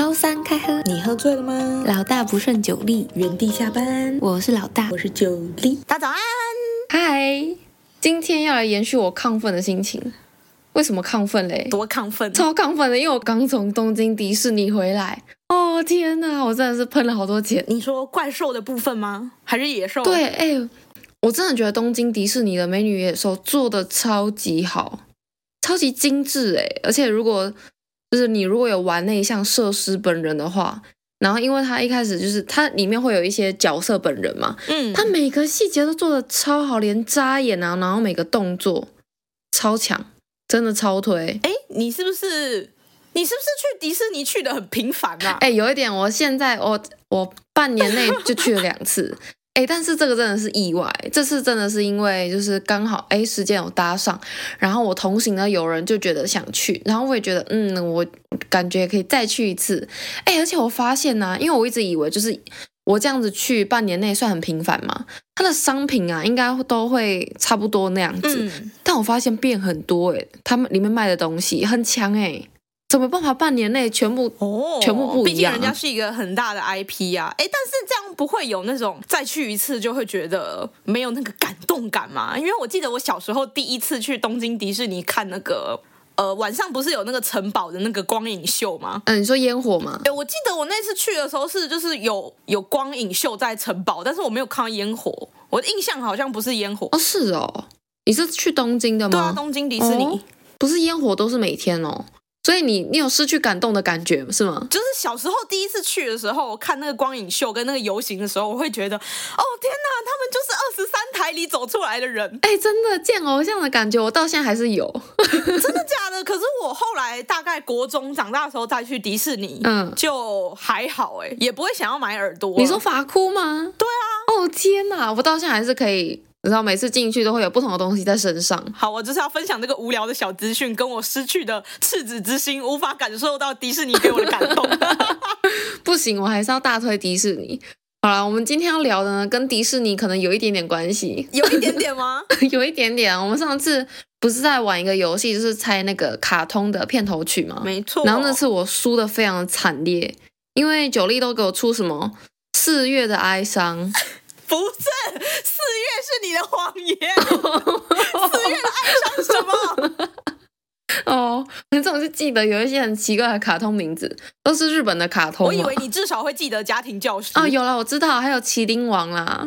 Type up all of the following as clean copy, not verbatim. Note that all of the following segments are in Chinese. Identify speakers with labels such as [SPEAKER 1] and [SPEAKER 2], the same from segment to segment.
[SPEAKER 1] 周三开喝，
[SPEAKER 2] 你喝醉了吗？
[SPEAKER 1] 老大不顺酒力，
[SPEAKER 2] 原地下班。
[SPEAKER 1] 我是老大，
[SPEAKER 2] 我是酒力。大家早安。
[SPEAKER 1] 嗨，今天要来延续我亢奋的心情。为什么亢奋嘞？
[SPEAKER 2] 多亢奋？
[SPEAKER 1] 超亢奋的，因为我刚从东京迪士尼回来。哦天哪，我真的是喷了好多钱。
[SPEAKER 2] 你说怪兽的部分吗？还是野兽？
[SPEAKER 1] 对，我真的觉得东京迪士尼的美女野兽做的超级好，超级精致而且如果有玩那一项设施本人的话，然后因为它一开始就是它里面会有一些角色本人嘛，它每个细节都做的超好，连眨眼啊，然后每个动作超强，真的超推。
[SPEAKER 2] 你是不是去迪士尼去的很频繁啊？
[SPEAKER 1] 有一点，我现在我半年内就去了2次。但是这个真的是意外，这次真的是因为就是刚好时间有搭上，然后我同行的有人就觉得想去，然后我也觉得我感觉可以再去一次。而且我发现因为我一直以为就是我这样子去半年内算很频繁嘛，它的商品应该都会差不多那样子，但我发现变很多他们里面卖的东西很强怎么办法半年内全部不一样？
[SPEAKER 2] 毕竟人家是一个很大的 IP 啊。但是这样不会有那种再去一次就会觉得没有那个感动感吗？因为我记得我小时候第一次去东京迪士尼看那个晚上不是有那个城堡的那个光影秀吗？
[SPEAKER 1] 你说烟火吗？
[SPEAKER 2] 我记得我那次去的时候就是有光影秀在城堡，但是我没有看到烟火。我的印象好像不是烟火。
[SPEAKER 1] 是哦，你是去东京的吗？
[SPEAKER 2] 对啊，东京迪士尼
[SPEAKER 1] 不是烟火都是每天哦。所以你有失去感动的感觉是吗？
[SPEAKER 2] 就是小时候第一次去的时候，看那个光影秀跟那个游行的时候，我会觉得，哦天哪，他们就是23台里走出来的人。
[SPEAKER 1] 真的见偶像的感觉，我到现在还是有。
[SPEAKER 2] 真的假的？可是我后来大概国中长大的时候再去迪士尼，就还好也不会想要买耳朵。
[SPEAKER 1] 你说发箍吗？
[SPEAKER 2] 对啊。
[SPEAKER 1] 哦天哪，我到现在还是可以。然后每次进去都会有不同的东西在身上。
[SPEAKER 2] 好，我就是要分享这个无聊的小资讯，跟我失去的赤子之心，无法感受到迪士尼给我的感动。
[SPEAKER 1] 不行，我还是要大推迪士尼。好啦，我们今天要聊的呢，跟迪士尼可能有一点点关系。
[SPEAKER 2] 有一点点吗？
[SPEAKER 1] 有一点点。我们上次不是在玩一个游戏，就是猜那个卡通的片头曲吗？
[SPEAKER 2] 没错。
[SPEAKER 1] 然后那次我输得非常的惨烈，因为九力都给我出什么4月的哀伤。
[SPEAKER 2] 不是，4月是你的谎言。4月的哀伤什么？
[SPEAKER 1] 你总是记得有一些很奇怪的卡通名字，都是日本的卡通。
[SPEAKER 2] 我以为你至少会记得家庭教师。
[SPEAKER 1] 有了，我知道，还有麒麟王啦。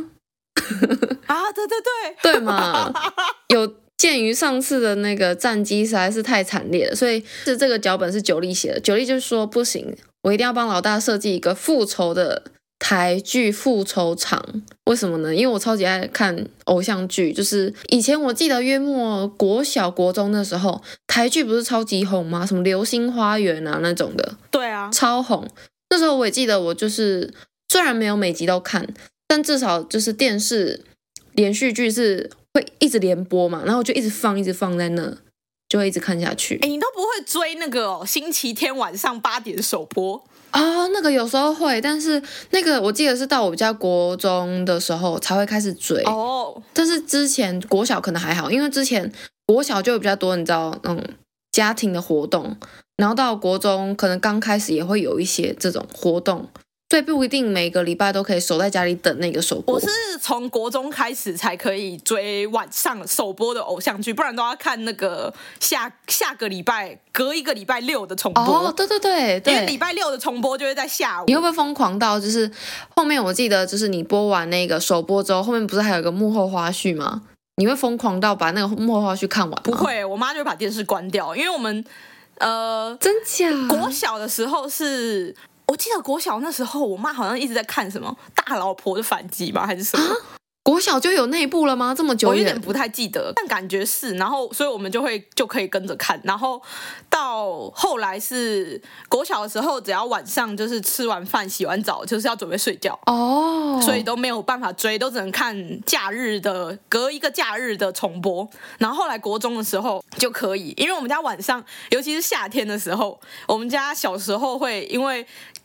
[SPEAKER 2] 对
[SPEAKER 1] 嘛？有鉴于上次的那个战绩实在是太惨烈了，所以这个脚本是九力写的。九力就说不行，我一定要帮老大设计一个复仇的台剧复仇场。为什么呢？因为我超级爱看偶像剧，就是以前我记得约莫国小国中的时候，台剧不是超级红吗？什么流星花园啊那种的。
[SPEAKER 2] 对啊，
[SPEAKER 1] 超红。那时候我也记得，我就是虽然没有每集都看，但至少就是电视连续剧是会一直连播嘛，然后就一直放在那，就会一直看下去。
[SPEAKER 2] 你都不会追那个星期天晚上8点首播？
[SPEAKER 1] 那个有时候会，但是那个我记得是到我比较国中的时候才会开始追。但是之前国小可能还好，因为之前国小就有比较多你知道那种家庭的活动，然后到国中可能刚开始也会有一些这种活动，所以不一定每个礼拜都可以守在家里等那个首播。
[SPEAKER 2] 我是从国中开始才可以追晚上首播的偶像剧，不然都要看那个下个礼拜隔一个礼拜6的重播。
[SPEAKER 1] 对，
[SPEAKER 2] 因为礼拜6的重播就会在下午。
[SPEAKER 1] 你会不会疯狂到就是后面我记得就是你播完那个首播之后，后面不是还有一个幕后花絮吗？你会疯狂到把那个幕后花絮看完吗？
[SPEAKER 2] 不会，我妈就会把电视关掉，因为我们
[SPEAKER 1] 真假
[SPEAKER 2] 国小的时候是。我记得国小那时候，我妈好像一直在看什么《大老婆的反击》吗？还是什么？
[SPEAKER 1] 国小就有那一部了吗？这么久远？
[SPEAKER 2] 我有点不太记得，但感觉是。然后，所以我们就可以跟着看。然后到后来是国小的时候，只要晚上就是吃完饭、洗完澡，就是要准备睡觉所以都没有办法追，都只能看隔一个假日的重播。然后后来国中的时候就可以，因为我们家晚上，尤其是夏天的时候，我们家小时候会因为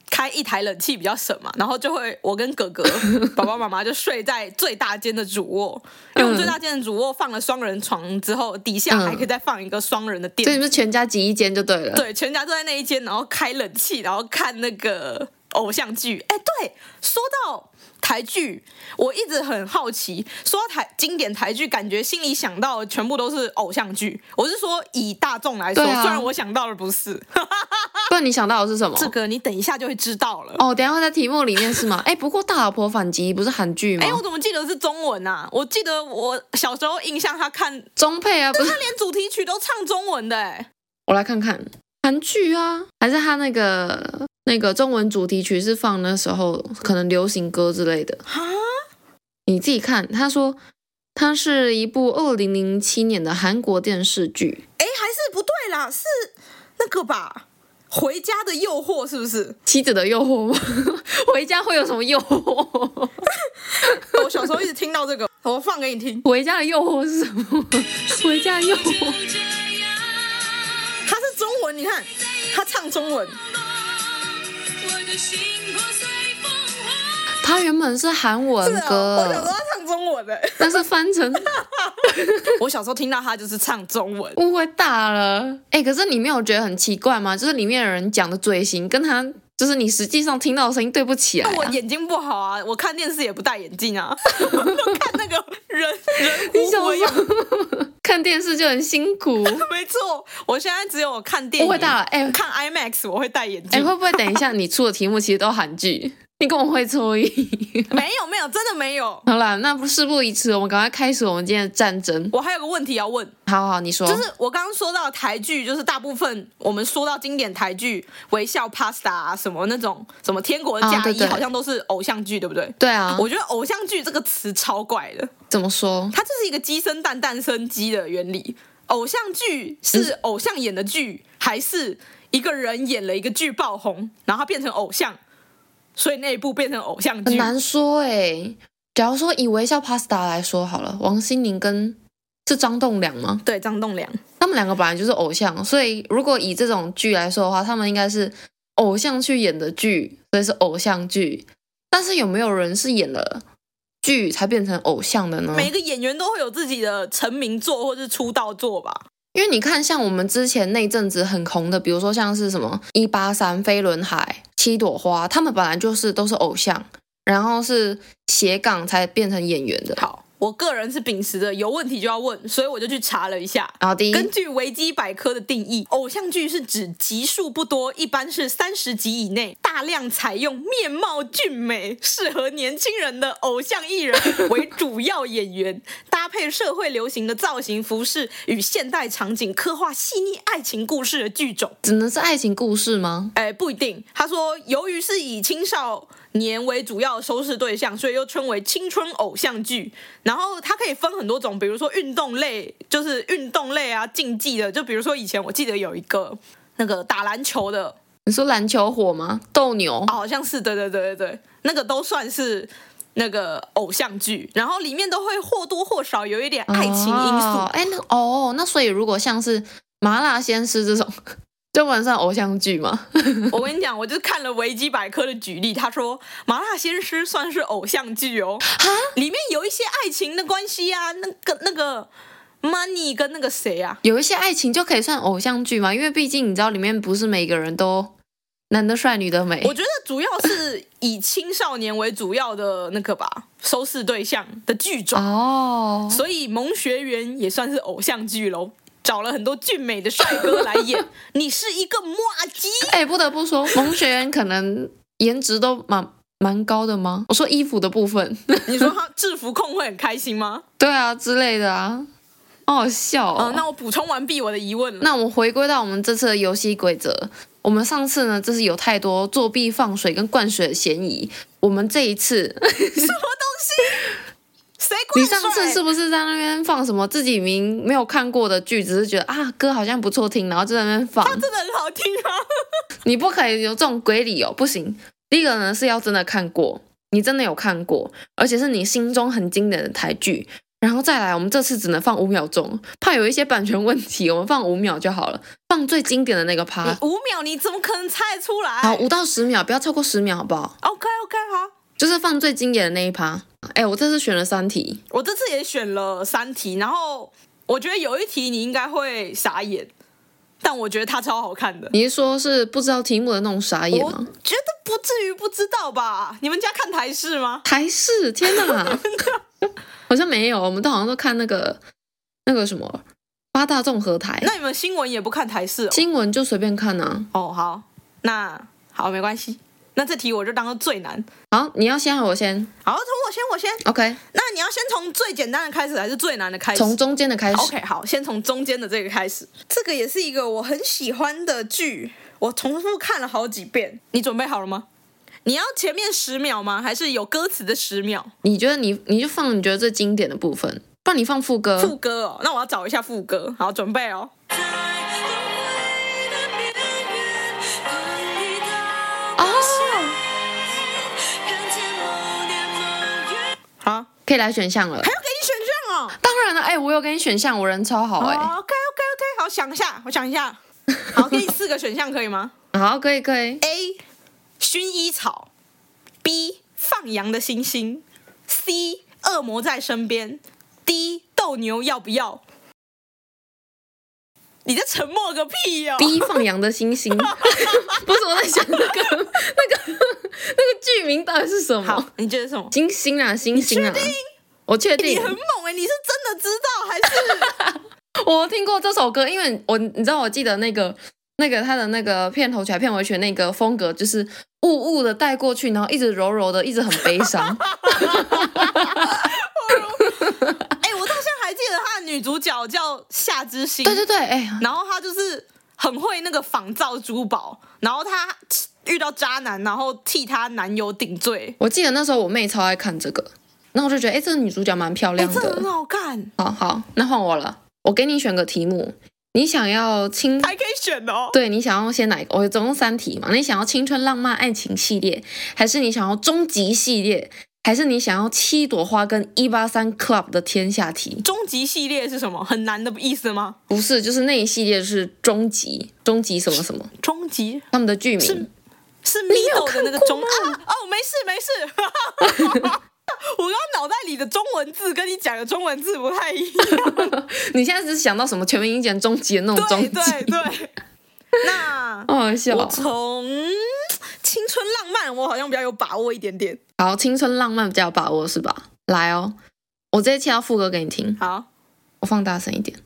[SPEAKER 2] 开一台冷气比较省嘛，然后就会我跟哥哥爸爸妈妈就睡在最大间的主卧，因为我们最大间的主卧放了双人床之后，底下还可以再放一个双人的垫子，
[SPEAKER 1] 所以你们全家挤一间就对了。
[SPEAKER 2] 对，全家都在那一间，然后开冷气，然后看那个偶像剧。哎，对，说到台剧，我一直很好奇，说到经典台剧，感觉心里想到的全部都是偶像剧。我是说以大众来说，虽然我想到的不是。
[SPEAKER 1] 不然你想到的是什么？
[SPEAKER 2] 这个你等一下就会知道了。
[SPEAKER 1] 哦，等一下会在题目里面是吗？哎，不过《大老婆反击》不是韩剧吗？
[SPEAKER 2] 哎，我怎么记得是中文啊？我记得我小时候印象他看
[SPEAKER 1] 中配啊，不是
[SPEAKER 2] 他连主题曲都唱中文的哎。
[SPEAKER 1] 我来看看韩剧啊，还是他那个中文主题曲是放那时候可能流行歌之类的。
[SPEAKER 2] 哈，
[SPEAKER 1] 你自己看，他说它是一部2007年的韩国电视剧。
[SPEAKER 2] 哎，还是不对啦，是那个吧？回家的诱惑是不是？
[SPEAKER 1] 妻子的诱惑吗？回家会有什么诱惑？
[SPEAKER 2] 我小时候一直听到这个，我放给你听。
[SPEAKER 1] 回家的诱惑是什么？回家的诱惑，
[SPEAKER 2] 它是中文，你看，他唱中文。
[SPEAKER 1] 他原本是韩文歌，
[SPEAKER 2] 我小时候他唱中文的，
[SPEAKER 1] 但是翻成
[SPEAKER 2] 我小时候听到他就是唱中文，
[SPEAKER 1] 误会大了。哎，可是你没有觉得很奇怪吗？就是里面的人讲的嘴型跟他就是你实际上听到的声音对不起来、啊。
[SPEAKER 2] 我眼睛不好啊，我看电视也不戴眼镜啊，看那个人糊糊一样。
[SPEAKER 1] 看电视就很辛苦。
[SPEAKER 2] 没错，我现在只有看电影，
[SPEAKER 1] 误会大了。哎，
[SPEAKER 2] 看 IMAX 我会戴眼镜。
[SPEAKER 1] 哎，会不会等一下你出的题目其实都韩剧？你跟我会错意？
[SPEAKER 2] 没有，真的没有。
[SPEAKER 1] 好啦，那事不宜迟，我们赶快开始我们今天的战争。
[SPEAKER 2] 我还有个问题要问。
[SPEAKER 1] 好，你说。
[SPEAKER 2] 就是我刚刚说到台剧，就是大部分我们说到经典台剧，微笑 Pasta 啊，什么那种什么天国的嫁衣，好像都是偶像剧，对不对？
[SPEAKER 1] 对啊。
[SPEAKER 2] 我觉得偶像剧这个词超怪的。
[SPEAKER 1] 怎么说？
[SPEAKER 2] 它就是一个鸡生蛋，蛋生鸡的原理。偶像剧是偶像演的剧，还是一个人演了一个剧爆红，然后他变成偶像？所以那一部变成偶像剧
[SPEAKER 1] 很难说哎。假如说以微笑 Pasta 来说好了，王心凌跟是张栋梁吗？
[SPEAKER 2] 对，张栋梁，
[SPEAKER 1] 他们两个本来就是偶像，所以如果以这种剧来说的话，他们应该是偶像去演的剧，所以是偶像剧。但是有没有人是演了剧才变成偶像的呢？
[SPEAKER 2] 每个演员都会有自己的成名作或是出道作吧。
[SPEAKER 1] 因为你看，像我们之前那阵子很红的，比如说像是什么183、飞轮海、七朵花，他们本来就是都是偶像，然后是斜杠才变成演员的。
[SPEAKER 2] 好，我个人是秉持着有问题就要问，所以我就去查了一下。
[SPEAKER 1] 好的，
[SPEAKER 2] 根据维基百科的定义，偶像剧是指集数不多，一般是30集以内，大量采用面貌俊美、适合年轻人的偶像艺人为主要演员，搭配社会流行的造型、服饰与现代场景，刻画细腻爱情故事的剧种。
[SPEAKER 1] 只能是爱情故事吗？
[SPEAKER 2] 不一定。他说，由于是以青少年为主要的收视对象，所以又称为青春偶像剧。然后它可以分很多种，比如说运动类，就是运动类啊，竞技的，就比如说以前我记得有一个那个打篮球的，
[SPEAKER 1] 你说篮球火吗？斗牛、
[SPEAKER 2] 好像是，对，那个都算是那个偶像剧，然后里面都会或多或少有一点爱情因素。
[SPEAKER 1] 那所以如果像是麻辣鲜师这种，就不能算偶像剧吗？
[SPEAKER 2] 我跟你讲，我就是看了维基百科的举例，他说麻辣鲜师算是偶像剧哦，里面有一些爱情的关系啊，那个 Money 跟那个谁啊，
[SPEAKER 1] 有一些爱情就可以算偶像剧嘛？因为毕竟你知道里面不是每个人都男的帅女的美。
[SPEAKER 2] 我觉得主要是以青少年为主要的那个吧，收视对象的剧种
[SPEAKER 1] 哦，
[SPEAKER 2] 所以萌学园也算是偶像剧咯。找了很多俊美的帅哥来演，你是一个麻鸡。
[SPEAKER 1] 不得不说，萌学园可能颜值都蛮高的吗？我说衣服的部分，
[SPEAKER 2] 你说他制服控会很开心吗？
[SPEAKER 1] 对啊，之类的啊，好好笑哦。
[SPEAKER 2] 那我补充完毕我的疑问了。
[SPEAKER 1] 那我们回归到我们这次的游戏规则。我们上次呢，就是有太多作弊、放水跟灌水的嫌疑。我们这一次
[SPEAKER 2] 什么东西？谁灌水？
[SPEAKER 1] 你上次是不是在那边放什么自己明没有看过的剧，只是觉得啊歌好像不错听，然后就在那边放？
[SPEAKER 2] 它真的很好听啊！
[SPEAKER 1] 你不可以有这种鬼理由，不行。第一个呢是要真的看过，你真的有看过，而且是你心中很经典的台剧。 然后再来，我们这次只能放5秒钟，怕有一些版权问题，我们放5秒就好了，放最经典的那个趴。
[SPEAKER 2] 5秒你怎么可能猜得出来？
[SPEAKER 1] 好，5到10秒，不要超过10秒，好不好
[SPEAKER 2] ？OK， 好，
[SPEAKER 1] 就是放最经典的那一趴。我这次选了3题，
[SPEAKER 2] 我这次也选了3题，然后我觉得有一题你应该会傻眼，但我觉得它超好看的。
[SPEAKER 1] 你是说是不知道题目的那种傻眼吗？
[SPEAKER 2] 我觉得不至于不知道吧？你们家看台视吗？
[SPEAKER 1] 台视，天哪！好像没有，我们都好像都看那个什么8大综合台。
[SPEAKER 2] 那你们新闻也不看台视哦？
[SPEAKER 1] 新闻就随便看啊。
[SPEAKER 2] 好，那好没关系。那这题我就当做最难。
[SPEAKER 1] 好，你要先还是我先？
[SPEAKER 2] 好，从我先。
[SPEAKER 1] OK。
[SPEAKER 2] 那你要先从最简单的开始，还是最难的开始？
[SPEAKER 1] 从中间的开始。
[SPEAKER 2] OK， 好，先从中间的这个开始。这个也是一个我很喜欢的剧，我重复看了好几遍。你准备好了吗？你要前面10秒吗？还是有歌词的10秒？
[SPEAKER 1] 你觉得你就放你觉得最经典的部分，不然你放副歌。
[SPEAKER 2] 副歌哦，那我要找一下副歌。好，准备哦。好，
[SPEAKER 1] 可以来选项了。
[SPEAKER 2] 还要给你选项哦？
[SPEAKER 1] 当然了，我有给你选项，我人超好
[SPEAKER 2] OK，好，想一下。好，给你4个选项可以吗？
[SPEAKER 1] 好，可以。
[SPEAKER 2] A 薰衣草 ，B 放羊的星星 ，C 恶魔在身边 ，D 斗牛要不要？你在沉默个屁哦
[SPEAKER 1] ！B 放羊的星星，不是我在想那个剧名到底是什么？
[SPEAKER 2] 好，你觉得什么？
[SPEAKER 1] 星星啊，星星啊！我确定。
[SPEAKER 2] 你很猛你是真的知道还是？
[SPEAKER 1] 我听过这首歌，因为你知道，我记得那个他的那个片头曲、片尾曲那个风格，就是雾雾的带过去，然后一直柔柔的，一直很悲伤。
[SPEAKER 2] 我到现在还记得她的女主角叫夏之星，
[SPEAKER 1] 对，
[SPEAKER 2] 然后她就是很会那个仿造珠宝，然后她遇到渣男，然后替她男友顶罪。
[SPEAKER 1] 我记得那时候我妹超爱看这个，然后我就觉得，这个女主角蛮漂亮的，
[SPEAKER 2] 这很好看。
[SPEAKER 1] 好，那换我了，我给你选个题目，你想要
[SPEAKER 2] 还可以选哦。
[SPEAKER 1] 对，你想要先哪一个？我总共3题嘛，你想要青春浪漫爱情系列，还是你想要终极系列？还是你想要7朵花跟183 Club 的天下题？
[SPEAKER 2] 终极系列是什么？很难的意思吗？
[SPEAKER 1] 不是，就是那一系列是终极什么什么？
[SPEAKER 2] 终极？
[SPEAKER 1] 他们的剧名
[SPEAKER 2] 是 Middle 的那个终没事。我刚刚脑袋里的中文字跟你讲的中文字不太一样。
[SPEAKER 1] 你现在只是想到什么全民英检终极的那种终极？
[SPEAKER 2] 对。那
[SPEAKER 1] 好笑。
[SPEAKER 2] 我从青春浪漫，我好像比较有把握一点点。
[SPEAKER 1] 好，青春浪漫比较有把握是吧？来哦，我直接切到副歌给你听。
[SPEAKER 2] 好，
[SPEAKER 1] 我放大声一点。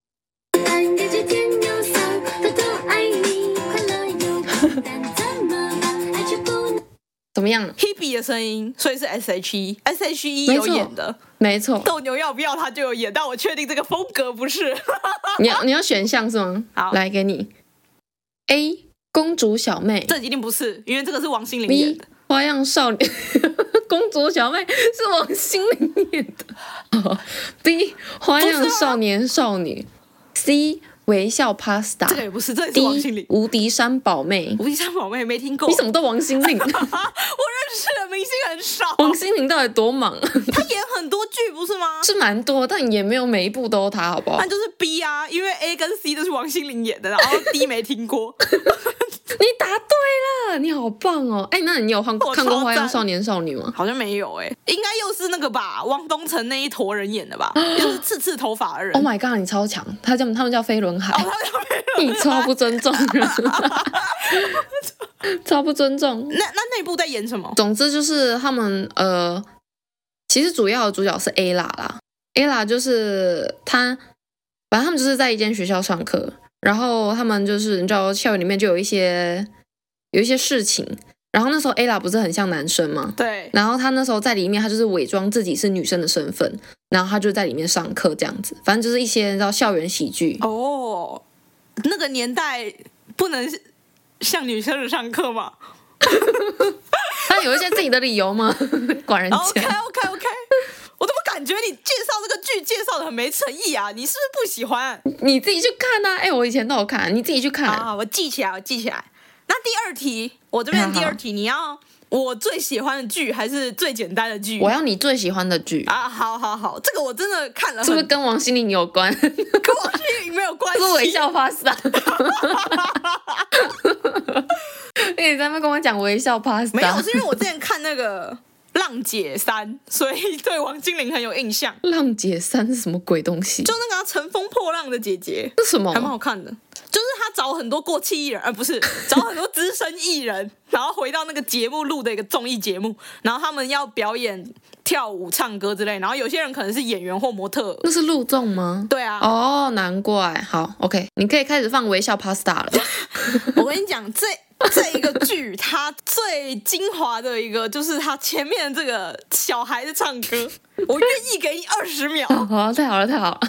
[SPEAKER 1] 怎么样
[SPEAKER 2] ？Hebe 的聲音，所以是 S.H.E 有演的，
[SPEAKER 1] 没错。
[SPEAKER 2] 斗牛要不要他就有演，但我确定这个风格不是。
[SPEAKER 1] 你要选项是吗？
[SPEAKER 2] 好，
[SPEAKER 1] 来给你 A 公主小妹，
[SPEAKER 2] 这一定不是，因为这个是王心凌演的。
[SPEAKER 1] B 花样少年，公主小妹是王心凌演的。B 花样少年少女 ，C 微笑 Pasta，
[SPEAKER 2] 这个也不是，这也是王心凌。
[SPEAKER 1] 无敌山宝妹，
[SPEAKER 2] 无敌山宝妹没听过，
[SPEAKER 1] 你怎么都王心凌？我认
[SPEAKER 2] 识的明星很少。
[SPEAKER 1] 王心凌到底多忙？
[SPEAKER 2] 她演很多剧不是吗？
[SPEAKER 1] 是蛮多，但也没有每一部都有她，好不好？
[SPEAKER 2] 那就是 B 啊，因为 A 跟 C 都是王心凌演的，然后 D 没听过。
[SPEAKER 1] 你答对了，你好棒哦！那你有看过《花样少年少女》吗？
[SPEAKER 2] 好像没有应该又是那个吧，汪东城那一坨人演的吧，就是刺头发的人。
[SPEAKER 1] Oh my god， 你超强！他们叫飞轮海，
[SPEAKER 2] 他们叫飞轮海，
[SPEAKER 1] 你超不尊重人，超不尊重。
[SPEAKER 2] 那部在演什么？
[SPEAKER 1] 总之就是他们其实主要的主角是 Ella 啦 ，Ella 就是他，反正他们就是在一间学校上课。然后他们就是你知道校园里面就有一些事情，然后那时候 Ella 不是很像男生吗？
[SPEAKER 2] 对。
[SPEAKER 1] 然后他那时候在里面，他就是伪装自己是女生的身份，然后他就在里面上课这样子，反正就是一些你知道校园喜剧。
[SPEAKER 2] 哦，那个年代不能像女生的上课吗？
[SPEAKER 1] 他有一些自己的理由吗？管人家。
[SPEAKER 2] OK。我怎么感觉你介绍这个剧介绍的很没诚意啊？你是不是不喜欢？
[SPEAKER 1] 你自己去看啊！我以前都有看，你自己去看。
[SPEAKER 2] 好，我记起来。 那第二题，我这边第二题，你要我最喜欢的剧还是最简单的剧？
[SPEAKER 1] 我要你最喜欢的剧
[SPEAKER 2] 啊！好，这个我真的看了，
[SPEAKER 1] 是不是跟王心凌有关？
[SPEAKER 2] 跟王心凌没有关系，
[SPEAKER 1] 是微笑 Pasta。你在那边跟我讲微笑 Pasta？
[SPEAKER 2] 没有，是因为我之前看那个浪姐3，所以对王心凌很有印象。
[SPEAKER 1] 浪姐3是什么鬼东西？
[SPEAKER 2] 就那个乘风破浪的姐姐，
[SPEAKER 1] 是什么？
[SPEAKER 2] 还蛮好看的。就是她找很多过气艺人，不是找很多资深艺人，然后回到那个节目录的一个综艺节目，然后他们要表演跳舞、唱歌之类，然后有些人可能是演员或模特。
[SPEAKER 1] 那是陆综吗？
[SPEAKER 2] 对啊。
[SPEAKER 1] 哦，难怪。好 ，OK， 你可以开始放微笑 Pasta 了。
[SPEAKER 2] 我跟你讲，这一个剧它最精华的一个就是它前面的这个小孩的唱歌，我愿意给你20秒。
[SPEAKER 1] 好，太好了，太好了。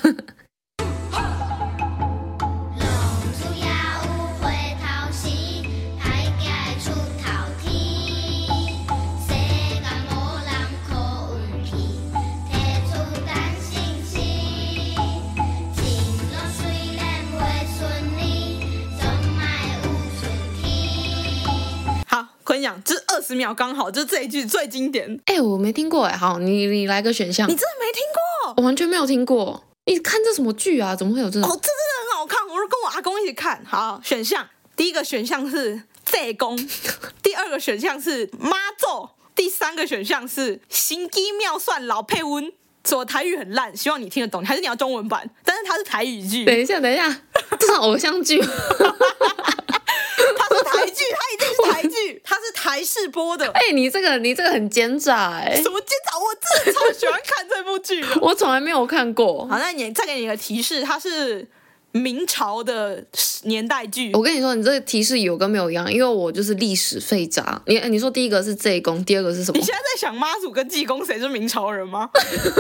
[SPEAKER 2] 我跟你讲，这20秒刚好，就这一句最经典。
[SPEAKER 1] 我没听过好，你来个选项。
[SPEAKER 2] 你真的没听过？
[SPEAKER 1] 我完全没有听过。你看这什么剧啊？怎么会有这种？
[SPEAKER 2] 这真的很好看，我是跟我阿公一起看。好，选项第一个选项是济公，第二个选项是妈祖，第三个选项是心机妙算老配温。我台语很烂，希望你听得懂，还是你要中文版？但是它是台语剧。
[SPEAKER 1] 等一下，这是偶像剧。
[SPEAKER 2] 它是台剧，它一定是台剧，它是台视播的。
[SPEAKER 1] 你这个很奸诈
[SPEAKER 2] 什么奸诈？我真的超喜欢看这部剧的。
[SPEAKER 1] 我从来没有看过。
[SPEAKER 2] 好，那再给你一个提示，它是明朝的年代剧。
[SPEAKER 1] 我跟你说，你这个提示有跟没有一样，因为我就是历史废渣。你说第一个是济公，第二个是什么？
[SPEAKER 2] 你现在在想妈祖跟济公谁是明朝人吗？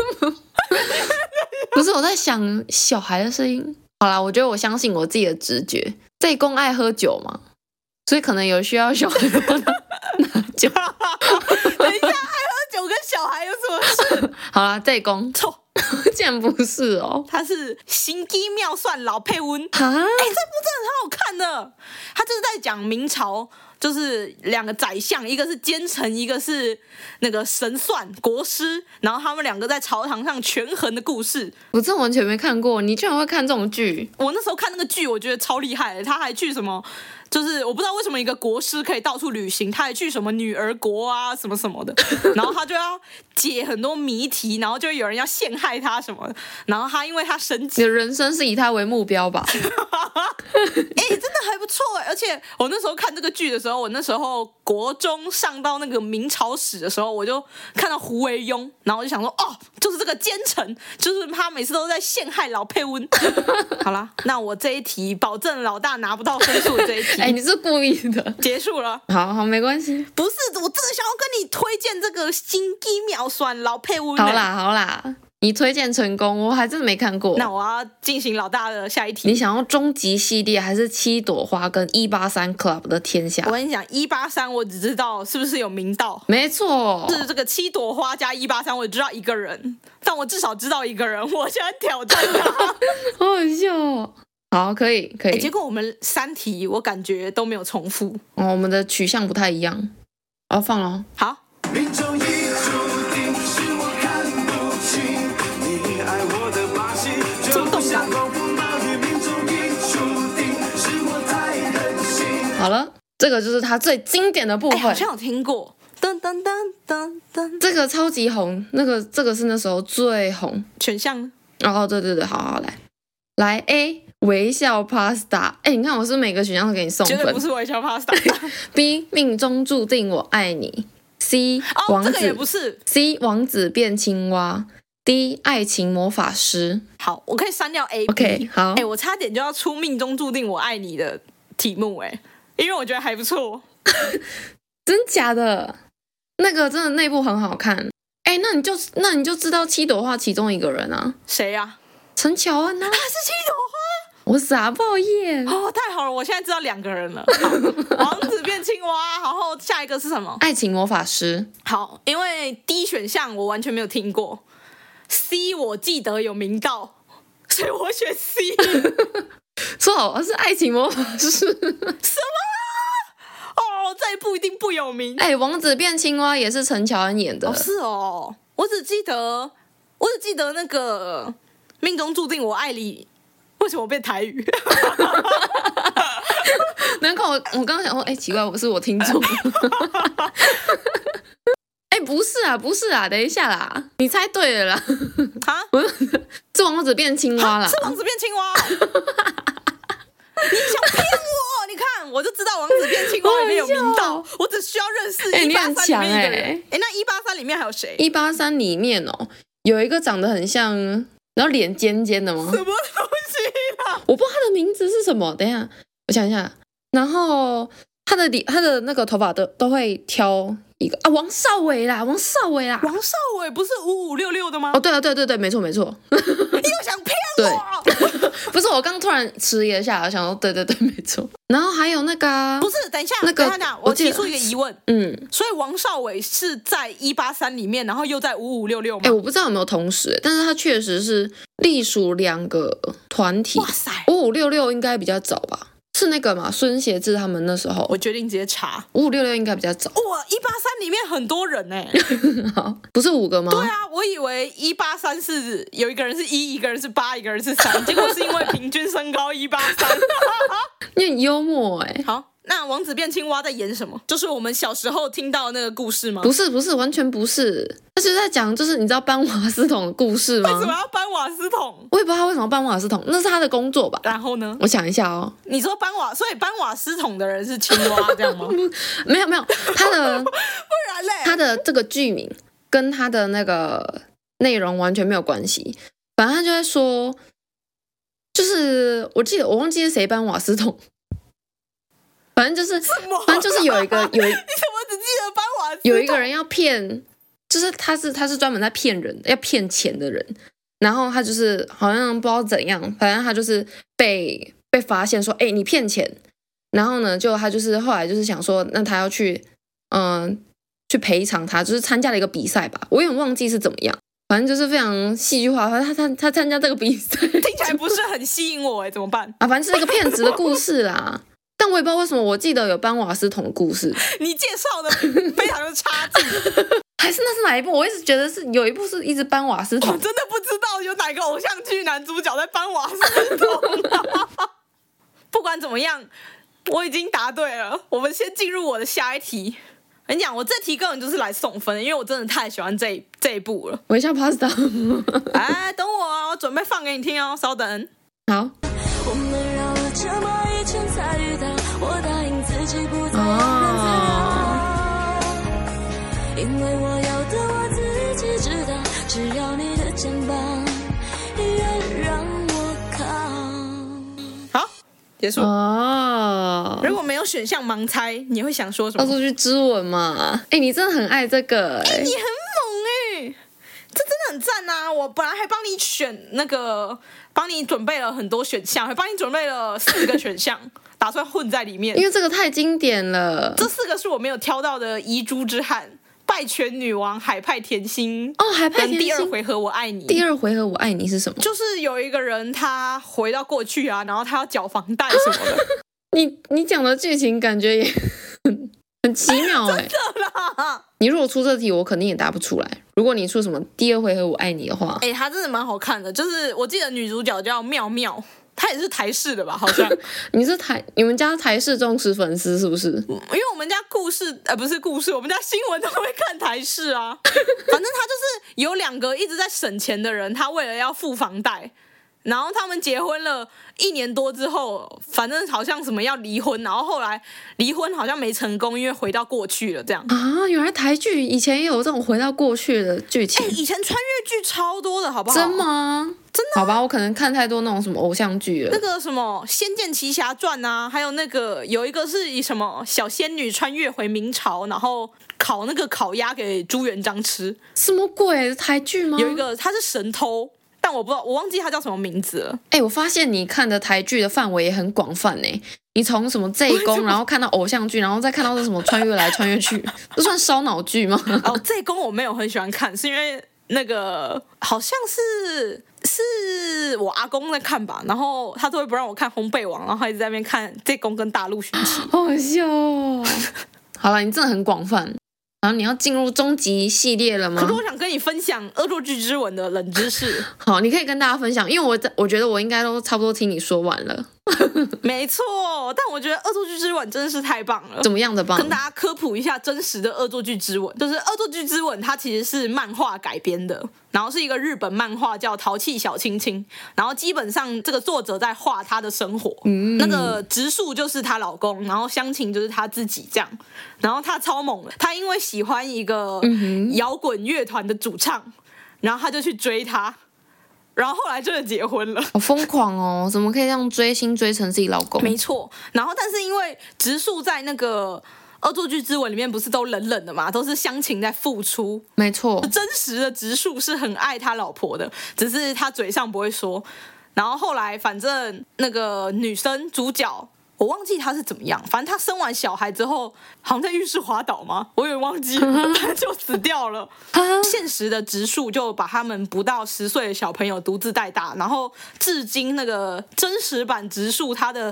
[SPEAKER 1] 不是，我在想小孩的声音。好啦，我觉得我相信我自己的直觉。济公爱喝酒嘛，所以可能有需要小孩拿酒。
[SPEAKER 2] 等一下，爱喝酒跟小孩有什么事？
[SPEAKER 1] 好啦，济公
[SPEAKER 2] 错。
[SPEAKER 1] 竟然不是哦，
[SPEAKER 2] 他是心机妙算老配温。
[SPEAKER 1] 哈，
[SPEAKER 2] 这部真的很好看的。他就是在讲明朝，就是2个宰相，一个是奸臣，一个是那个神算国师，然后他们2个在朝堂上权衡的故事。
[SPEAKER 1] 我真的完全没看过，你居然会看这种剧？
[SPEAKER 2] 我那时候看那个剧，我觉得超厉害的。他还去什么？就是我不知道为什么一个国师可以到处旅行，他还去什么女儿国啊什么什么的，然后他就要解很多谜题，然后就有人要陷害他什么的，然后他因为他生气，
[SPEAKER 1] 你的人生是以他为目标吧？
[SPEAKER 2] 真的还不错而且我那时候看这个剧的时候，我那时候国中上到那个明朝史的时候，我就看到胡惟庸，然后我就想说，就是这个奸臣，就是他每次都在陷害老佩温。好啦，那我这一题保证老大拿不到分数的这一题。
[SPEAKER 1] 你是故意的。
[SPEAKER 2] 结束了。
[SPEAKER 1] 好，没关系。
[SPEAKER 2] 不是，我真的想要跟你推荐这个心机妙算老佩温。
[SPEAKER 1] 好啦，你推荐成功，我还真的没看过。
[SPEAKER 2] 那我要进行老大的下一题。
[SPEAKER 1] 你想要终极系列还是7朵花跟183 Club 的天下？
[SPEAKER 2] 我跟你讲，183我只知道是不是有明道，
[SPEAKER 1] 没错，
[SPEAKER 2] 是这个7朵花加183，我只知道一个人，但我至少知道一个人。我现在挑战他，
[SPEAKER 1] 好好笑哦。好，可以。
[SPEAKER 2] 结果我们3题我感觉都没有重复。
[SPEAKER 1] 我们的取向不太一样。放了。
[SPEAKER 2] 好。这么动感。
[SPEAKER 1] 好了，这个就是它最经典的部分。
[SPEAKER 2] 好像有听过。噔噔噔噔噔，
[SPEAKER 1] 这个超级红，这个是那时候最红。
[SPEAKER 2] 选项。
[SPEAKER 1] 对，好来 A 微笑 Pasta。你看我是每个选项都给你送分。
[SPEAKER 2] 绝对不是微笑 Pasta。
[SPEAKER 1] B 命中注定我爱你。C 王子，
[SPEAKER 2] 这个也不是。
[SPEAKER 1] C 王子变青蛙。D 爱情魔法师。
[SPEAKER 2] 好，我可以删掉 A。
[SPEAKER 1] OK， 好。
[SPEAKER 2] 我差点就要出命中注定我爱你的题目因为我觉得还不错。
[SPEAKER 1] 真假的？那个真的那部很好看。那你就知道7朵花其中一个人啊？
[SPEAKER 2] 谁啊？
[SPEAKER 1] 陈乔恩啊。
[SPEAKER 2] 他是7朵花？
[SPEAKER 1] 我傻爆眼。
[SPEAKER 2] 太好了，我现在知道2个人了。王子变青蛙，然后下一个是什么？
[SPEAKER 1] 爱情魔法师。
[SPEAKER 2] 好，因为 D 选项我完全没有听过。C 我记得有明道，所以我选 C。
[SPEAKER 1] 错，是爱情魔法师。
[SPEAKER 2] 什么？ 这一部一定不有名。
[SPEAKER 1] 王子变青蛙也是陈乔恩演的。
[SPEAKER 2] 是哦，我只记得那个命中注定我爱你，为什么变台语？
[SPEAKER 1] 难怪我刚刚想说，奇怪，是我听错了。不是啊，等一下啦，你猜对了啦。
[SPEAKER 2] 啊，
[SPEAKER 1] 是王子变青蛙啦。
[SPEAKER 2] 是王子变青蛙。你想骗我？你看，我就知道王子变青蛙里面有明道，我只需要认识183里面一个人。那183里面还有谁
[SPEAKER 1] ？183里面有一个长得很像，然后脸尖尖的吗？
[SPEAKER 2] 什么东西啦？
[SPEAKER 1] 我不知道他的名字是什么，等一下我想一下。然后他的那个头发都会挑一个王少伟啦。
[SPEAKER 2] 王少伟不是5566的吗？
[SPEAKER 1] 对啊，对，没错。你又
[SPEAKER 2] 想骗我？
[SPEAKER 1] 不是，我刚突然迟疑了一下，我想说，对，没错。然后还有那个
[SPEAKER 2] 不是，等一下，我提出一个疑问。所以王少伟是在183里面，然后又在5566吗？
[SPEAKER 1] 我不知道有没有同时，但是他确实是隶属2个团体。
[SPEAKER 2] 哇塞
[SPEAKER 1] ，5566应该比较早吧？是那个嘛，孙协志他们那时候。
[SPEAKER 2] 我决定直接查
[SPEAKER 1] 5566应该比较早。
[SPEAKER 2] 哇，183里面很多人
[SPEAKER 1] 好，不是5个吗？
[SPEAKER 2] 对啊，我以为183是有一个人是1，一个人是8，一个人是3，结果是因为平均身高183。
[SPEAKER 1] 你很幽默
[SPEAKER 2] 好，那王子变青蛙在演什么？就是我们小时候听到的那个故事吗？
[SPEAKER 1] 不是，完全不是。他是在讲，就是你知道搬瓦斯桶的故事吗？
[SPEAKER 2] 为什么要搬瓦斯桶？
[SPEAKER 1] 我也不知道他为什么搬瓦斯桶，那是他的工作吧？
[SPEAKER 2] 然后呢？
[SPEAKER 1] 我想一下哦。
[SPEAKER 2] 你说所以搬瓦斯桶的人是青蛙这样吗？
[SPEAKER 1] 没有，他的
[SPEAKER 2] 不然嘞，
[SPEAKER 1] 他的这个剧名跟他的那个内容完全没有关系。反正他就在说，就是我忘记是谁搬瓦斯桶。反正就是有一个
[SPEAKER 2] 你怎么只记得搬瓦斯桶？
[SPEAKER 1] 有一个人要骗，就是他是专门在骗人，要骗钱的人。然后他就是好像不知道怎样，反正他就是被发现说，你骗钱。然后呢，他就是后来就是想说，那他要去赔偿他，就是参加了一个比赛吧，我有点忘记是怎么样。反正就是非常戏剧化，他参加这个比赛，
[SPEAKER 2] 听起来不是很吸引我怎么办
[SPEAKER 1] 啊？反正是一个骗子的故事啦。但我也不知道为什么，我记得有搬瓦斯桶的故事。
[SPEAKER 2] 你介绍的非常的差劲。
[SPEAKER 1] 还是那是哪一部？我一直觉得是有一部是一直搬瓦斯桶。
[SPEAKER 2] 我真的不知道有哪个偶像剧男主角在搬瓦斯桶。不管怎么样，我已经答对了。我们先进入我的下一题。我跟你讲，我这题根本就是来送分，因为我真的太喜欢这一部了。
[SPEAKER 1] 我一下 pass 到。
[SPEAKER 2] 等我啊，我准备放给你听哦，稍等。
[SPEAKER 1] 好。
[SPEAKER 3] 我们绕了这么一圈才遇到，我答应自己不再让人猜到，因为我要的我自己知道，只要你的肩膀也让我靠。
[SPEAKER 2] 好，结束。如果没有选项盲猜，你会想说什么？
[SPEAKER 1] 恶作剧之吻嘛。你真的很爱这个。
[SPEAKER 2] 你很猛这真的很赞啊！我本来还帮你选帮你准备了很多选项，还帮你准备了4个选项，打算混在里面。
[SPEAKER 1] 因为这个太经典了。
[SPEAKER 2] 这4个是我没有挑到的遗珠之憾：拜权女王、海派甜心。
[SPEAKER 1] 海派甜心。
[SPEAKER 2] 第2回合我爱你。
[SPEAKER 1] 第2回合我爱你是什么？
[SPEAKER 2] 就是有一个人他回到过去啊，然后他要缴房贷什么的。
[SPEAKER 1] 你讲的剧情感觉也很奇妙。
[SPEAKER 2] 真的啦！
[SPEAKER 1] 你如果出这题，我肯定也答不出来。如果你出什么第2回合我爱你的话，
[SPEAKER 2] 他真的蛮好看的。就是我记得女主角叫妙妙，她也是台视的吧？好像。
[SPEAKER 1] 你们家台视忠实粉丝是不是？
[SPEAKER 2] 因为我们家不是故事，我们家新闻都会看台视啊。反正他就是有2个一直在省钱的人，他为了要付房贷。然后他们结婚了1年多之后，反正好像什么要离婚，然后后来离婚好像没成功，因为回到过去了这样
[SPEAKER 1] 啊。原来台剧以前也有这种回到过去的剧情。
[SPEAKER 2] 以前穿越剧超多的，好不好？
[SPEAKER 1] 真吗？
[SPEAKER 2] 真的。
[SPEAKER 1] 好吧，我可能看太多那种什么偶像剧了。
[SPEAKER 2] 那个什么《仙剑奇侠传》啊，还有那个有一个是以什么小仙女穿越回明朝，然后烤那个烤鸭给朱元璋吃。
[SPEAKER 1] 什么鬼？台剧吗？
[SPEAKER 2] 有一个他是神偷。但我不知道，我忘记他叫什么名字了。
[SPEAKER 1] 我发现你看的台剧的范围也很广泛呢。你从什么这一宫，然后看到偶像剧，然后再看到什么穿越来穿越去，这算烧脑剧吗？
[SPEAKER 2] 这一宫我没有很喜欢看，是因为那个好像是我阿公在看吧，然后他都会不让我看烘焙网，然后他一直在那边看这一宫跟大陆寻奇。
[SPEAKER 1] 好笑哦。 好了，你真的很广泛。然后你要进入终极系列了吗？
[SPEAKER 2] 可是我想跟你分享《恶作剧之吻》的冷知识。
[SPEAKER 1] 好，你可以跟大家分享，因为我觉得我应该都差不多听你说完了。
[SPEAKER 2] 没错，但我觉得《恶作剧之吻》真的是太棒了。
[SPEAKER 1] 怎么样的棒？
[SPEAKER 2] 跟大家科普一下真实的《恶作剧之吻》，就是《恶作剧之吻》它其实是漫画改编的，然后是一个日本漫画叫《淘气小亲亲》，然后基本上这个作者在画他的生活，那个直树就是她老公，然后香晴就是她自己这样，然后她超猛的，她因为喜欢一个摇滚乐团的主唱，然后她就去追他。然后后来真的结婚了，
[SPEAKER 1] 好疯狂哦！怎么可以这样追星追成自己老公？
[SPEAKER 2] 没错，然后但是因为直树在那个《恶作剧之吻》里面不是都冷冷的嘛，都是香晴在付出，
[SPEAKER 1] 没错，
[SPEAKER 2] 真实的直树是很爱他老婆的，只是他嘴上不会说。然后后来反正那个女生主角。我忘记他是怎么样，反正他生完小孩之后，好像在浴室滑倒吗？我有点忘记了，他就死掉了。现实的直树就把他们不到10岁的小朋友独自带大，然后至今那个真实版直树他的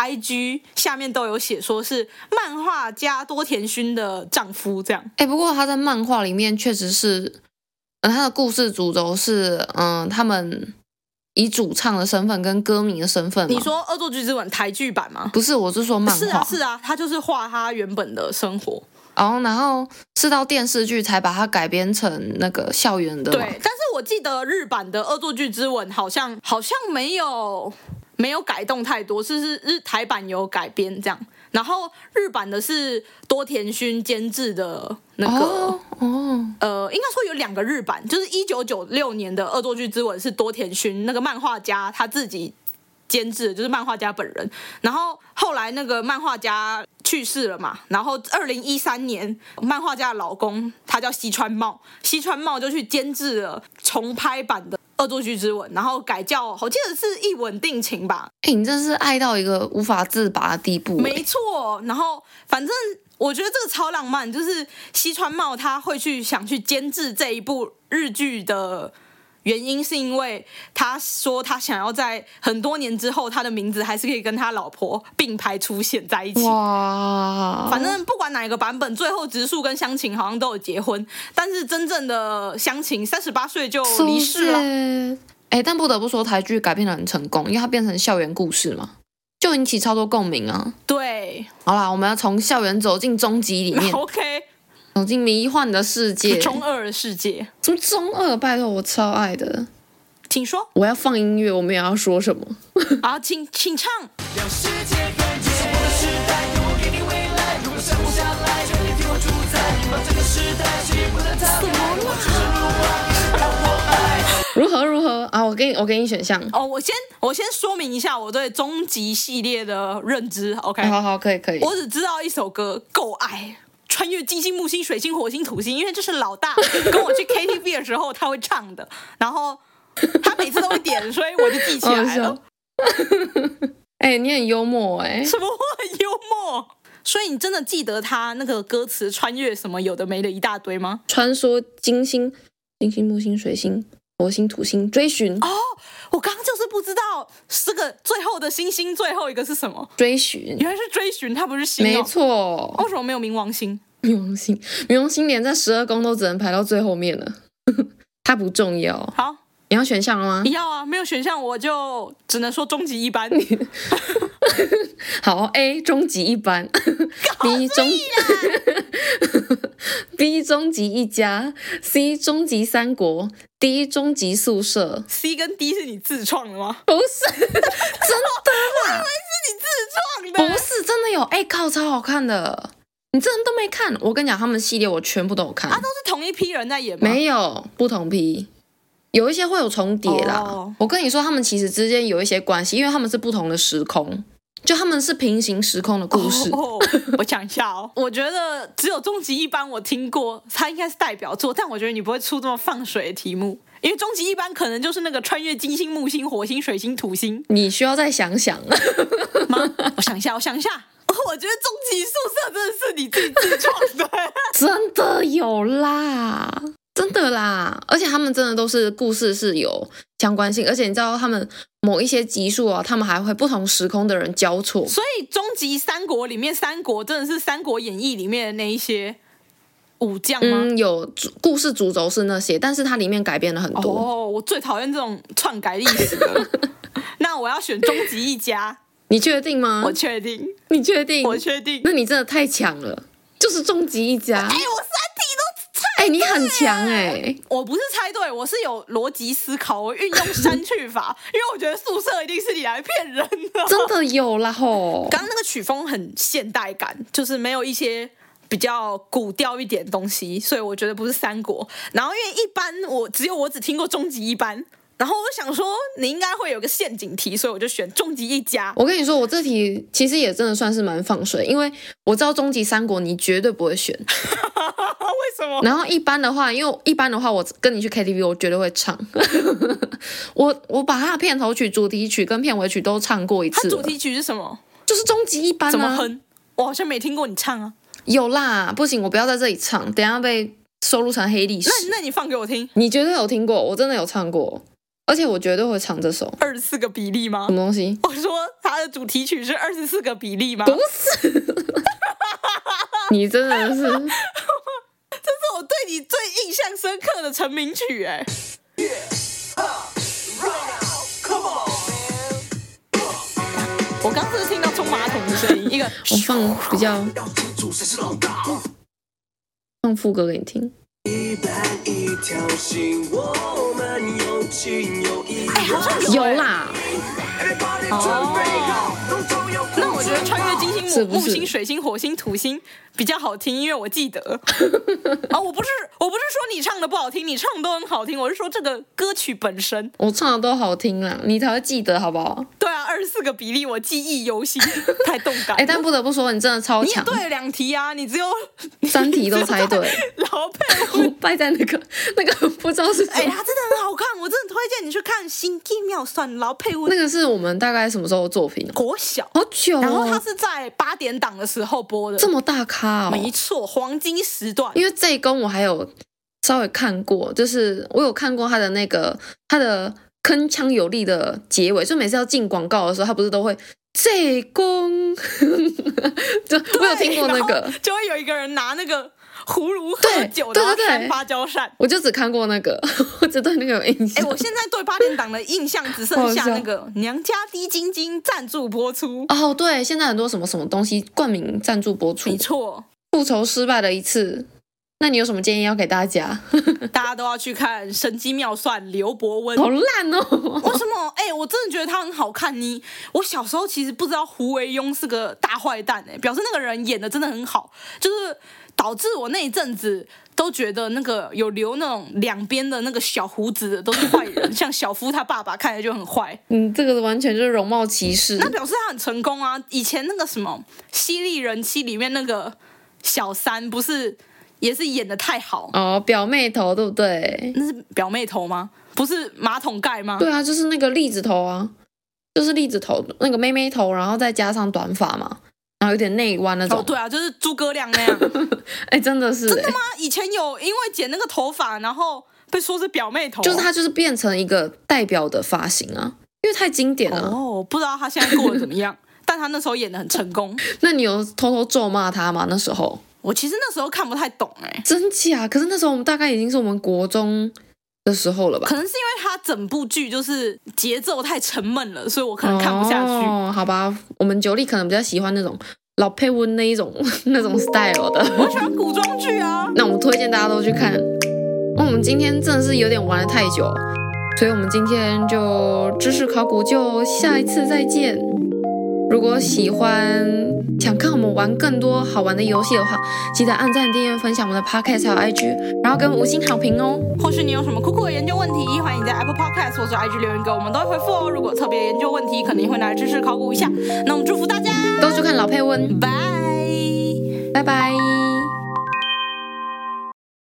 [SPEAKER 2] IG 下面都有写说是漫画家多田薰的丈夫这样。
[SPEAKER 1] 不过他在漫画里面确实是，他的故事主轴是，他们。以主唱的身份跟歌迷的身份，
[SPEAKER 2] 你说《恶作剧之吻》台剧版吗？
[SPEAKER 1] 不是，我是说漫画。
[SPEAKER 2] 是啊，他就是画他原本的生活，
[SPEAKER 1] 然后是到电视剧才把它改编成那个校园的。
[SPEAKER 2] 对，但是我记得日版的《恶作剧之吻》好像没有改动太多，是台版有改编这样。然后日版的是多田薰监制的那个，应该说有2个日版，就是1996年的《恶作剧之吻》是多田薰那个漫画家他自己监制的，就是漫画家本人。然后后来那个漫画家去世了嘛，然后2013年漫画家的老公他叫西川茂就去监制了重拍版的恶作剧之吻，然后改叫我记得是一吻定情吧。
[SPEAKER 1] 你真是爱到一个无法自拔的地步。
[SPEAKER 2] 没错，然后反正我觉得这个超浪漫，就是西川茂他会想去监制这一部日剧的原因是因为他说他想要在很多年之后他的名字还是可以跟他老婆并排出现在一起。
[SPEAKER 1] 哇！
[SPEAKER 2] 反正不管哪一个版本，最后直树跟香晴好像都有结婚，但是真正的香晴38岁就离世了。
[SPEAKER 1] 但不得不说台剧改编得很成功，因为它变成校园故事嘛，就引起超多共鸣啊。
[SPEAKER 2] 对，
[SPEAKER 1] 好啦，我们要从校园走进终极里面。
[SPEAKER 2] OK。
[SPEAKER 1] 走进迷幻的世界，
[SPEAKER 2] 中二的世界。
[SPEAKER 1] 什么中二？拜托，我超爱的。
[SPEAKER 2] 请说。
[SPEAKER 1] 我要放音乐，我们也要说什么？
[SPEAKER 2] 好，请唱。让世界看见我的时代，我给你未来。如果生活下来，就得替我主宰。拥抱这个时代，谁也不能逃开。我出神入化，让我爱。
[SPEAKER 1] 如何啊？我给你选项。
[SPEAKER 2] 我先说明一下我对终极系列的认知。OK。
[SPEAKER 1] 好，可以。
[SPEAKER 2] 我只知道一首歌，够爱。穿越金星、木星、水星、火星、土星，因为这是老大跟我去 KTV 的时候他会唱的，然后他每次都会点，所以我就记起来了。
[SPEAKER 1] 你很幽默
[SPEAKER 2] 什么？我很幽默？所以你真的记得他那个歌词穿越什么有的没的一大堆吗？
[SPEAKER 1] 穿梭金星、木星、水星、火星、土星，追寻。
[SPEAKER 2] 我刚刚就是不知道这个最后的星星最后一个是什么？
[SPEAKER 1] 追寻，
[SPEAKER 2] 原来是追寻，它不是星。
[SPEAKER 1] 没错。
[SPEAKER 2] 为什么没有冥王星？
[SPEAKER 1] 冥王星连在12宫都只能排到最后面了，它不重要。
[SPEAKER 2] 好，
[SPEAKER 1] 你要选项了吗？
[SPEAKER 2] 要啊，没有选项我就只能说终极一班。
[SPEAKER 1] 好 ，A 终极一班，B 终极一家 ，C 终极三国 ，D 终极宿舍。
[SPEAKER 2] C 跟 D 是你自创的吗？
[SPEAKER 1] 不是，真的啦，
[SPEAKER 2] 我以为是你自创的。
[SPEAKER 1] 不是，真的有。靠，超好看的。你真的都没看？我跟你讲，他们系列我全部都有看。
[SPEAKER 2] 都是同一批人在演吗？
[SPEAKER 1] 没有，不同批。有一些会有重叠啦。我跟你说，他们其实之间有一些关系，因为他们是不同的时空，就他们是平行时空的故事。
[SPEAKER 2] 我想一下我觉得只有终极一班我听过，它应该是代表作，但我觉得你不会出这么放水的题目，因为终极一班可能就是那个穿越金星、木星、火星、水星、土星。
[SPEAKER 1] 你需要再想想
[SPEAKER 2] 吗？我想一下。我觉得终极宿舍真的是你自己自创的。
[SPEAKER 1] 真的有啦。 真的啦，而且他们真的都是故事是有相关性，而且你知道他们某一些集数啊，他们还会不同时空的人交错。
[SPEAKER 2] 所以终极三国里面，三国真的是《三国演义》里面的那一些武将吗？
[SPEAKER 1] 有故事主轴是那些，但是它里面改编了很多。
[SPEAKER 2] 哦，我最讨厌这种篡改历史的。那我要选终极一家。
[SPEAKER 1] 你确定吗？
[SPEAKER 2] 我确定。
[SPEAKER 1] 你确定？
[SPEAKER 2] 我确定。
[SPEAKER 1] 那你真的太强了，就是终极一家。
[SPEAKER 2] 哎，我3题都猜。
[SPEAKER 1] 哎，你很强哎！
[SPEAKER 2] 我不是猜对，我是有逻辑思考，我运用删去法，因为我觉得宿舍一定是你来骗人的。
[SPEAKER 1] 真的有啦吼！
[SPEAKER 2] 刚刚那个曲风很现代感，就是没有一些比较古调一点的东西，所以我觉得不是三国。然后因为一般我只听过终极一班。然后我想说，你应该会有个陷阱题，所以我就选终极一家。
[SPEAKER 1] 我跟你说，我这题其实也真的算是蛮放水，因为我知道终极三国你绝对不会选。
[SPEAKER 2] 为什么？
[SPEAKER 1] 然后一般的话，因为一般的话，我跟你去 KTV， 我绝对会唱。我把它的片头曲、主题曲跟片尾曲都唱过一次。
[SPEAKER 2] 它主题曲是什么？
[SPEAKER 1] 就是终极一班啊。
[SPEAKER 2] 怎么哼？我好像没听过你唱啊。
[SPEAKER 1] 有啦，不行，我不要在这里唱，等一下被收录成黑历史。
[SPEAKER 2] 那你放给我听。
[SPEAKER 1] 你绝对有听过，我真的有唱过。而且我绝对会唱这首
[SPEAKER 2] 24个比例吗？
[SPEAKER 1] 什么东西？
[SPEAKER 2] 我说它的主题曲是24个比例吗？
[SPEAKER 1] 不是，你真的是，这是
[SPEAKER 2] 我对你最印象深刻的成名曲哎。我刚是听到冲马桶的声音，一个
[SPEAKER 1] 我放比较放副歌给你听。
[SPEAKER 2] 哎，好像
[SPEAKER 1] 有啦。
[SPEAKER 2] 哦，那我觉得穿越金星、
[SPEAKER 1] 是不是
[SPEAKER 2] 木星、水星、火星、土星比较好听，因为我记得。哦，我不是说你唱的不好听，你唱的都很好听，我是说这个歌曲本身。
[SPEAKER 1] 我唱的都好听啦，你才会记得好不好？
[SPEAKER 2] 对啊，24个比例我记忆犹新，太动感。
[SPEAKER 1] 哎，但不得不说，你真的超强。
[SPEAKER 2] 你也对了2题啊，你只有
[SPEAKER 1] 3题都猜对。
[SPEAKER 2] 老佩
[SPEAKER 1] 我败在那个不知道是什么。
[SPEAKER 2] 哎，他真的很好看，我真的推荐你去看《星际妙算》老佩文。
[SPEAKER 1] 那个是我们大概什么时候的作品啊？
[SPEAKER 2] 国小，
[SPEAKER 1] 好久哦。
[SPEAKER 2] 然后他是在8点档的时候播的，
[SPEAKER 1] 这么大咖哦。
[SPEAKER 2] 没错，黄金时段。
[SPEAKER 1] 因为这一宫我还有稍微看过，就是我有看过他的铿锵有力的结尾，就每次要进广告的时候，他不是都会这宫，就我有听过那个，
[SPEAKER 2] 就会有一个人拿那个葫芦喝酒，然后扇芭蕉扇。
[SPEAKER 1] 我就只看过那个，我只对那个有印象。
[SPEAKER 2] 哎，我现在对8点档的印象只剩下那个娘家滴晶晶赞助播出。
[SPEAKER 1] 哦，对，现在很多什么什么东西冠名赞助播出，
[SPEAKER 2] 没错。
[SPEAKER 1] 复仇失败了一次，那你有什么建议要给大家？
[SPEAKER 2] 大家都要去看《神机妙算》刘伯温。
[SPEAKER 1] 好烂哦！
[SPEAKER 2] 为什么？哎，我真的觉得他很好看。我小时候其实不知道胡惟庸是个大坏蛋，表示那个人演的真的很好，就是导致我那一阵子都觉得那个有留那种两边的那个小胡子的都是坏人，像小夫他爸爸看起来就很坏。
[SPEAKER 1] 这个完全就是容貌歧视。
[SPEAKER 2] 那表示他很成功啊！以前那个什么《犀利人妻》里面那个小三不是也是演的太好
[SPEAKER 1] 哦，表妹头对不对？
[SPEAKER 2] 那是表妹头吗？不是马桶盖吗？
[SPEAKER 1] 对啊，就是那个栗子头啊，就是栗子头那个妹妹头，然后再加上短发嘛，然后有点内弯那种。
[SPEAKER 2] 哦，对啊，就是诸葛亮那样。
[SPEAKER 1] 哎，真的是。
[SPEAKER 2] 真的吗？以前有因为剪那个头发，然后被说是表妹头，
[SPEAKER 1] 就是他就是变成一个代表的发型啊，因为太经典了。
[SPEAKER 2] 哦，不知道他现在过得怎么样，但他那时候演的很成功。
[SPEAKER 1] 那你有偷偷咒骂他吗？那时候？
[SPEAKER 2] 我其实那时候看不太懂
[SPEAKER 1] 真假？可是那时候我们大概已经是我们国中的时候了吧？
[SPEAKER 2] 可能是因为他整部剧就是节奏太沉闷了，所以我可能看不下去。
[SPEAKER 1] 哦，好吧，我们9力可能比较喜欢那种老佩温那一种那种 style 的。
[SPEAKER 2] 我喜欢古装剧啊。
[SPEAKER 1] 那我们推荐大家都去看。我们今天真的是有点玩得太久，所以我们今天就知识考古就下一次再见。如果喜欢想看我们玩更多好玩的游戏的话，记得按赞、订阅、分享我们的 podcast 还有 IG， 然后给我们5星好评哦。
[SPEAKER 2] 或是你有什么酷酷的研究问题，欢迎在 Apple Podcast 或者 IG 留言给我们，都会回复哦。如果特别研究问题，可能也会拿来知识考古一下。那我们祝福大家
[SPEAKER 1] 都去看老佩温，
[SPEAKER 2] 拜
[SPEAKER 1] 拜拜。